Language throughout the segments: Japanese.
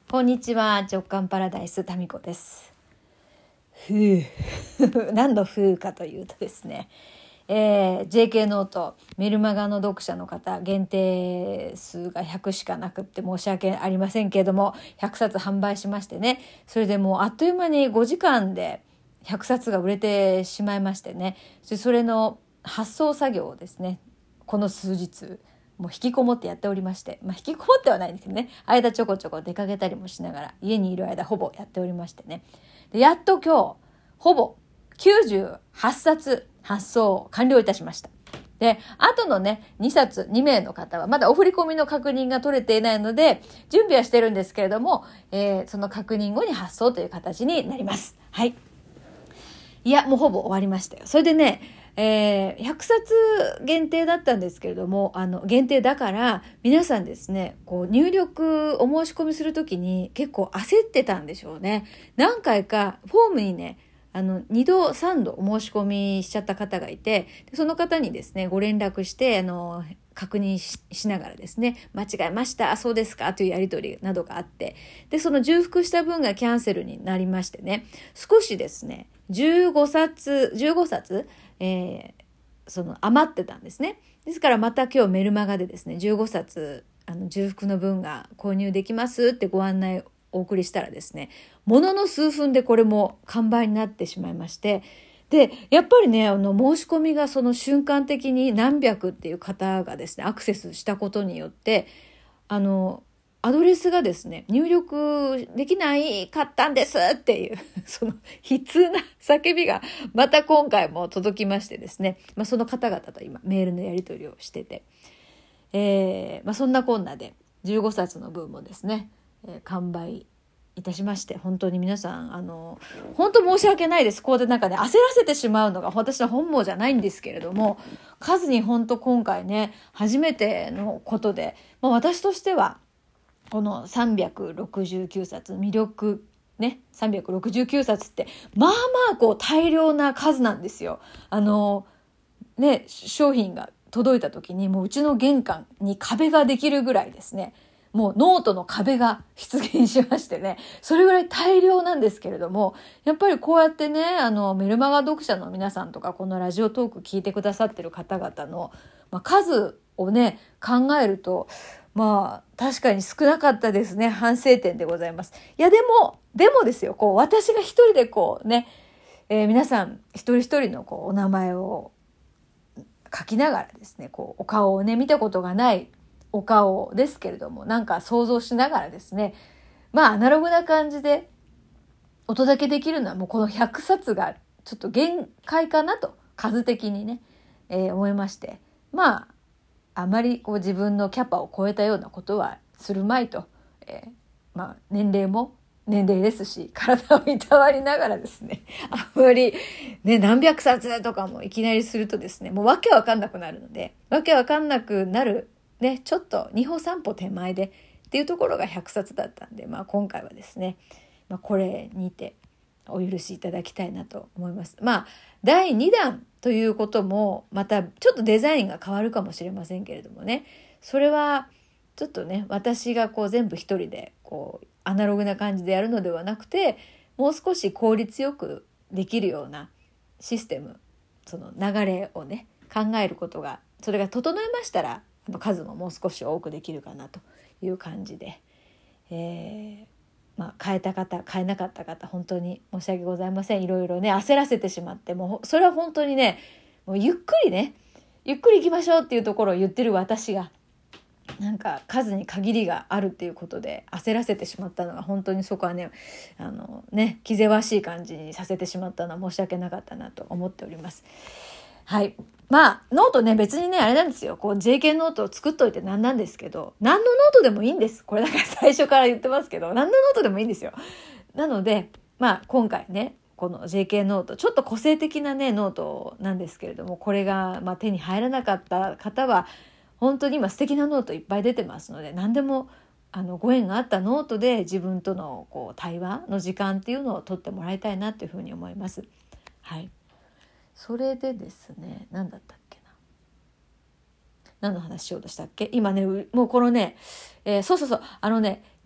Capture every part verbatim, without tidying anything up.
こんにちは、直感パラダイスタミコです。ふう何のふうかというとですね、えー、ジェーケー ノートメルマガの読者の方限定数がひゃくしかなくって申し訳ありませんけれども、ひゃくさつ販売しましてね、それでもうあっという間にごじかんでひゃくさつが売れてしまいましてね、それの発送作業をですね、この数日もう引きこもってやっておりまして、まあ、引きこもってはないんですけどね、間ちょこちょこ出かけたりもしながら家にいる間ほぼやっておりましてね、でやっと今日ほぼきゅうじゅうはっさつ発送完了いたしました。で、あとのねにさつにめいの方はまだお振り込みの確認が取れていないので準備はしてるんですけれども、えー、その確認後に発送という形になります。はい。いやもうほぼ終わりましたよ。それでね、えー、ひゃくさつ限定だったんですけれども、あの限定だから皆さんですね、こう入力お申し込みするときに結構焦ってたんでしょうね。何回かフォームにね、あのにどさんどお申し込みしちゃった方がいて、その方にですねご連絡してあの確認 し, しながらですね、間違えましたそうですかというやり取りなどがあって、でその重複した分がキャンセルになりましてね、少しですねじゅうごさつじゅうごさつ、えー、その余ってたんですね。ですからまた今日メルマガでですねじゅうごさつあの重複の分が購入できますってご案内をお送りしたらですね、ものの数分でこれも完売になってしまいまして、でやっぱりねあの申し込みがその瞬間的に何百っていう方がですねアクセスしたことによって、あのアドレスがですね入力できないかったんですっていうその悲痛な叫びがまた今回も届きましてですね、まあ、その方々と今メールのやり取りをしてて、えーまあ、そんなこんなでじゅうごさつの分もですね、えー、完売いたしまして、本当に皆さんあの本当申し訳ないです。こうでなんかね焦らせてしまうのが私の本望じゃないんですけれども、数に本当今回ね初めてのことで、まあ、私としてはこのさんびゃくろくじゅうきゅうさつ魅力ねさんびゃくろくじゅうきゅうさつってまあまあこう大量な数なんですよ。あのね商品が届いた時にもううちの玄関に壁ができるぐらいですね、もうノートの壁が出現しましてね、それぐらい大量なんですけれども、やっぱりこうやってねあのメルマガ読者の皆さんとかこのラジオトーク聞いてくださってる方々の、まあ、数をね考えるとまあ確かに少なかったですね。反省点でございます。いやでもでもですよ、こう私が一人でこうね、えー、皆さん一人一人のこうお名前を書きながらですね、こうお顔をね見たことがないお顔ですけれども、なんか想像しながらですね、まあアナログな感じでお届けできるのはもうこのひゃくさつがちょっと限界かなと数的にね、えー、思いまして、まああまりこう自分のキャパを超えたようなことはするまいと、えー、まあ年齢も年齢ですし体をいたわりながらですね、あんまりね何百冊とかもいきなりするとですねもうわけわかんなくなるので、わけわかんなくなるねちょっとにほさんぽ手前でっていうところがひゃくさつだったんで、まあ今回はですね、まあ、これにてお許しいただきたいなと思います。まあだいにだんということもまたちょっとデザインが変わるかもしれませんけれどもね、それはちょっとね私がこう全部一人でこうアナログな感じでやるのではなくて、もう少し効率よくできるようなシステム、その流れをね考えることが、それが整いましたら数ももう少し多くできるかなという感じで、えーまあ、変えた方変えなかった方本当に申し訳ございません。いろいろね焦らせてしまって、もうそれは本当にねもうゆっくりねゆっくり行きましょうっていうところを言ってる私がなんか数に限りがあるっていうことで焦らせてしまったのが本当にそこはねあのね気ぜわしい感じにさせてしまったのは申し訳なかったなと思っております。はい。まあノートね別にねあれなんですよ、こう ジェーケー ノートを作っといてなんなんですけど、何のノートでもいいんです。これだから最初から言ってますけど何のノートでもいいんですよ。なのでまあ今回ねこの ジェーケー ノートちょっと個性的なねノートなんですけれども、これがまあ手に入らなかった方は本当に今素敵なノートいっぱい出てますので、何でもあのご縁があったノートで自分とのこう対話の時間っていうのを取ってもらいたいなというふうに思います。はい。それでですね、何だったっけな、何の話しようとしたっけ今ね、もうこのね、えー、そうそうそうあのね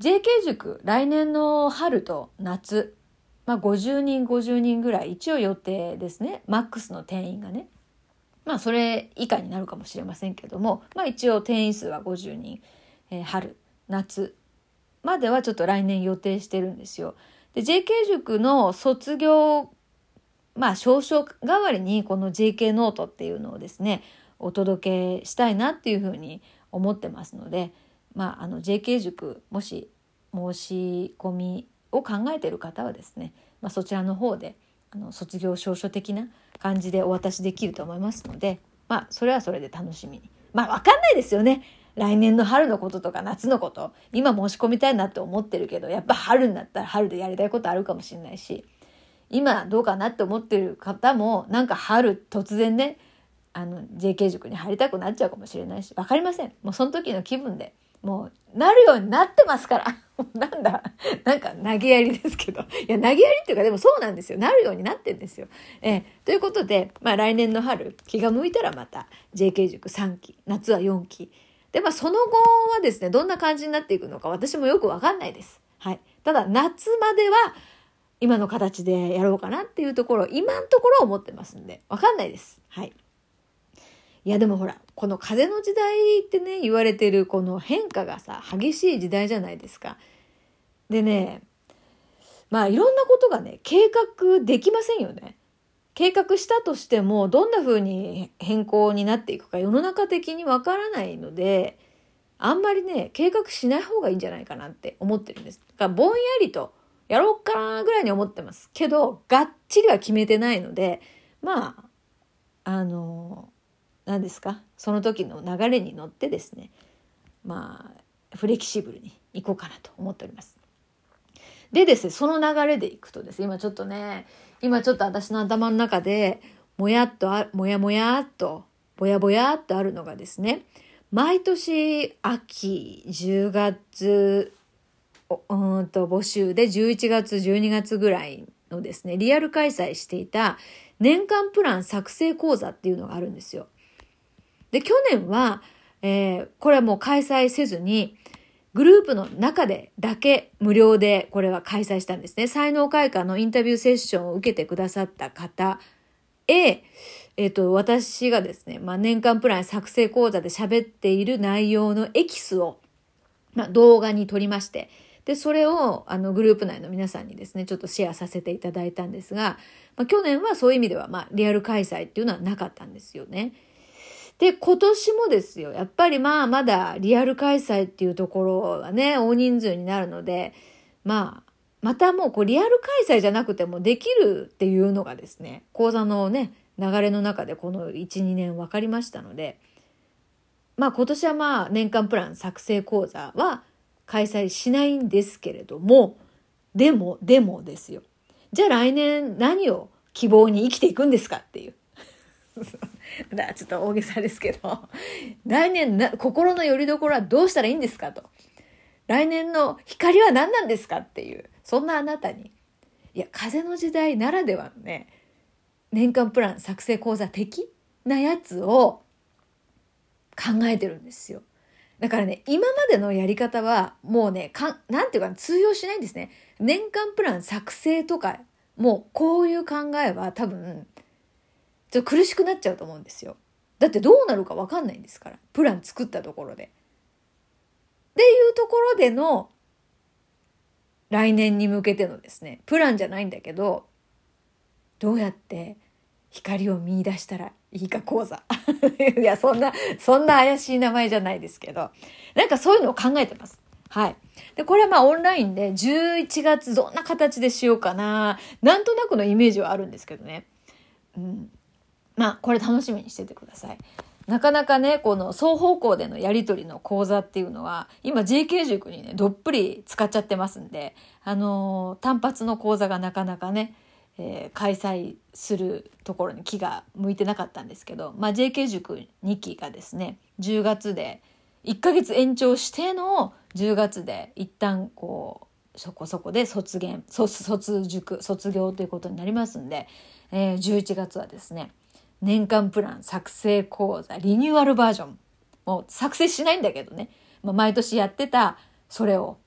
ジェーケー 塾来年の春と夏、まあ、ごじゅうにんごじゅうにんぐらい一応予定ですね。マックスの定員がね、まあそれ以下になるかもしれませんけども、まあ一応定員数はごじゅうにん、えー、春夏まではちょっと来年予定してるんですよ。で ジェーケー 塾の卒業、まあ証書代わりにこの ジェーケー ノートっていうのをですねお届けしたいなっていうふうに思ってますので、まああの ジェーケー 塾もし申し込みを考えている方はですね、まあ、そちらの方であの卒業証書的な感じでお渡しできると思いますので、まあそれはそれで楽しみに。まあ分かんないですよね。来年の春のこととか夏のこと、今申し込みたいなって思ってるけど、やっぱ春になったら春でやりたいことあるかもしれないし、今どうかなって思ってる方もなんか春突然ねあの ジェーケー 塾に入りたくなっちゃうかもしれないし、分かりません。もうその時の気分でもうなるようになってますからなんだなんか投げやりですけど、いや投げやりっていうかでもそうなんですよ。なるようになってるんですよ。えー、ということで、まあ、来年の春気が向いたらまた ジェーケー 塾さんき、夏はよんきで、まあ、その後はですねどんな感じになっていくのか私もよく分かんないです。はい、ただ夏までは今の形でやろうかなっていうところを今のところ思ってますんで分かんないです。はい。いやでもほらこの風の時代ってね言われてるこの変化がさ激しい時代じゃないですか。でねまあいろんなことがね計画できませんよね。計画したとしてもどんな風に変更になっていくか世の中的にわからないので、あんまりね計画しない方がいいんじゃないかなって思ってるんです。だからぼんやりとやろうかなぐらいに思ってますけど、がっちりは決めてないので、まああの何ですかその時の流れに乗ってですね、まあフレキシブルにいこうかなと思っております。でですね、その流れでいくとですね、今ちょっとね、今ちょっと私の頭の中でもやっとあ、もやもやっと、ぼやぼやっとあるのがですね、毎年秋じゅうがつうんと募集でじゅういちがつじゅうにがつぐらいのですね、リアル開催していた年間プラン作成講座っていうのがあるんですよ。で、去年は、えー、これはもう開催せずに、グループの中でだけ無料でこれは開催したんですね。才能開花のインタビューセッションを受けてくださった方へ、えっと、私がですね、まあ、年間プラン作成講座で喋っている内容のエキスを、まあ、動画に撮りまして、で、それをあのグループ内の皆さんにですね、ちょっとシェアさせていただいたんですが、まあ、去年はそういう意味では、まあ、リアル開催っていうのはなかったんですよね。で、今年もですよ。やっぱりまあまだリアル開催っていうところはね、大人数になるので、まあ、またもうこうリアル開催じゃなくてもできるっていうのがですね、講座のね、流れの中でこのいち、にねん分かりましたので、まあ今年はまあ年間プラン作成講座は開催しないんですけれども、でも、でもですよ。じゃあ来年何を希望に生きていくんですかっていう。だからちょっと大げさですけど、来年な心の拠り所はどうしたらいいんですかと、来年の光は何なんですかっていう、そんなあなたに、いや風の時代ならではのね、年間プラン作成講座的なやつを考えてるんですよ。だからね、今までのやり方はもうね、かなんていうか通用しないんですね。年間プラン作成とかもうこういう考えは多分ちょっと苦しくなっちゃうと思うんですよ。だってどうなるか分かんないんですから。プラン作ったところで。っていうところでの来年に向けてのですね、プランじゃないんだけど、どうやって光を見出したらいいか講座。いや、そんな、そんな怪しい名前じゃないですけど、なんかそういうのを考えてます。はい。で、これはまあオンラインでじゅういちがつどんな形でしようかな。なんとなくのイメージはあるんですけどね。うん。まあこれ楽しみにしててください。なかなかねこの双方向でのやり取りの講座っていうのは今 ジェーケー 塾にねどっぷり使っちゃってますんで、あのー、単発の講座がなかなかね、えー、開催するところに気が向いてなかったんですけど、まあ、ジェーケー 塾にきがですねじゅうがつでいっかげつ延長してのじゅうがつで一旦こうそこそこで卒業卒卒塾卒業ということになりますんで、えー、じゅういちがつはですね年間プラン作成講座リニューアルバージョンもう作成しないんだけどね、まあ、毎年やってたそれを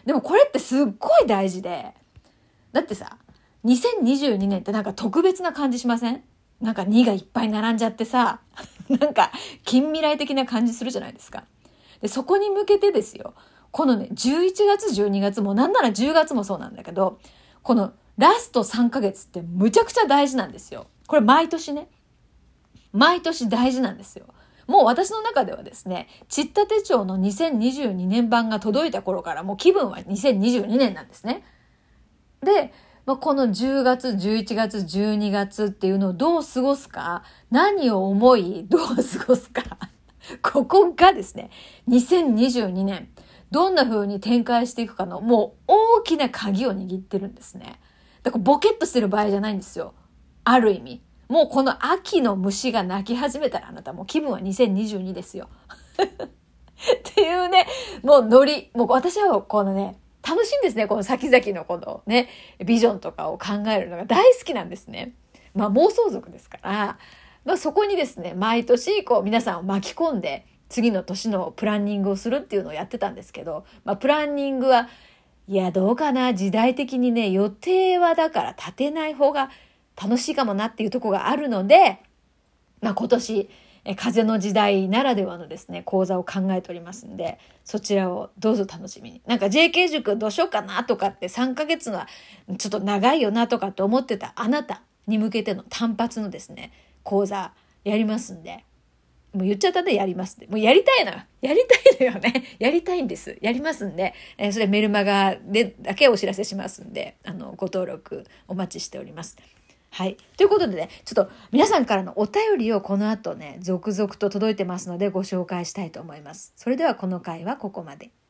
でもこれってすっごい大事で、だってさ、にせんにじゅうにねんってなんか特別な感じしません？なんかにがいっぱい並んじゃってさ、なんか近未来的な感じするじゃないですか。で、そこに向けてですよ、このね、じゅういちがつ、じゅうにがつも、なんならじゅうがつもそうなんだけど、このラストさんかげつってむちゃくちゃ大事なんですよ。これ毎年ね、毎年大事なんですよ。もう私の中ではですね、ちった手帳のにせんにじゅうにねん版が届いた頃からもう気分はにせんにじゅうにねんなんですね。で、まあ、このじゅうがつ、じゅういちがつ、じゅうにがつっていうのをどう過ごすか、何を思い、どう過ごすか。ここがですね、にせんにじゅうにねん、どんな風に展開していくかのもう大きな鍵を握ってるんですね。だからボケっとしてる場合じゃないんですよ。ある意味。もうこの秋の虫が鳴き始めたらあなたもう気分はにせんにじゅうにですよ。っていうね、もうノリ。もう私はこのね、楽しいんですね。この先々のこのね、ビジョンとかを考えるのが大好きなんですね。まあ妄想族ですから、まあそこにですね、毎年こう皆さんを巻き込んで、次の年のプランニングをするっていうのをやってたんですけど、まあプランニングは、いやどうかな、時代的にね、予定はだから立てない方が楽しいかもなっていうところがあるので、まあ今年、風の時代ならではのですね、講座を考えておりますんで、そちらをどうぞ楽しみに。なんか ジェーケー 塾どうしようかなとかってさんかげつはちょっと長いよなとかって思ってたあなたに向けての単発のですね、講座やりますんで、もう言っちゃったでやりますって。もうやりたいのよ。やりたいのよね。やりたいんです。やりますんで、えー、それメルマガでだけお知らせしますんで、あの、ご登録お待ちしております。はい。ということでね、ちょっと皆さんからのお便りをこの後ね、続々と届いてますのでご紹介したいと思います。それではこの回はここまで。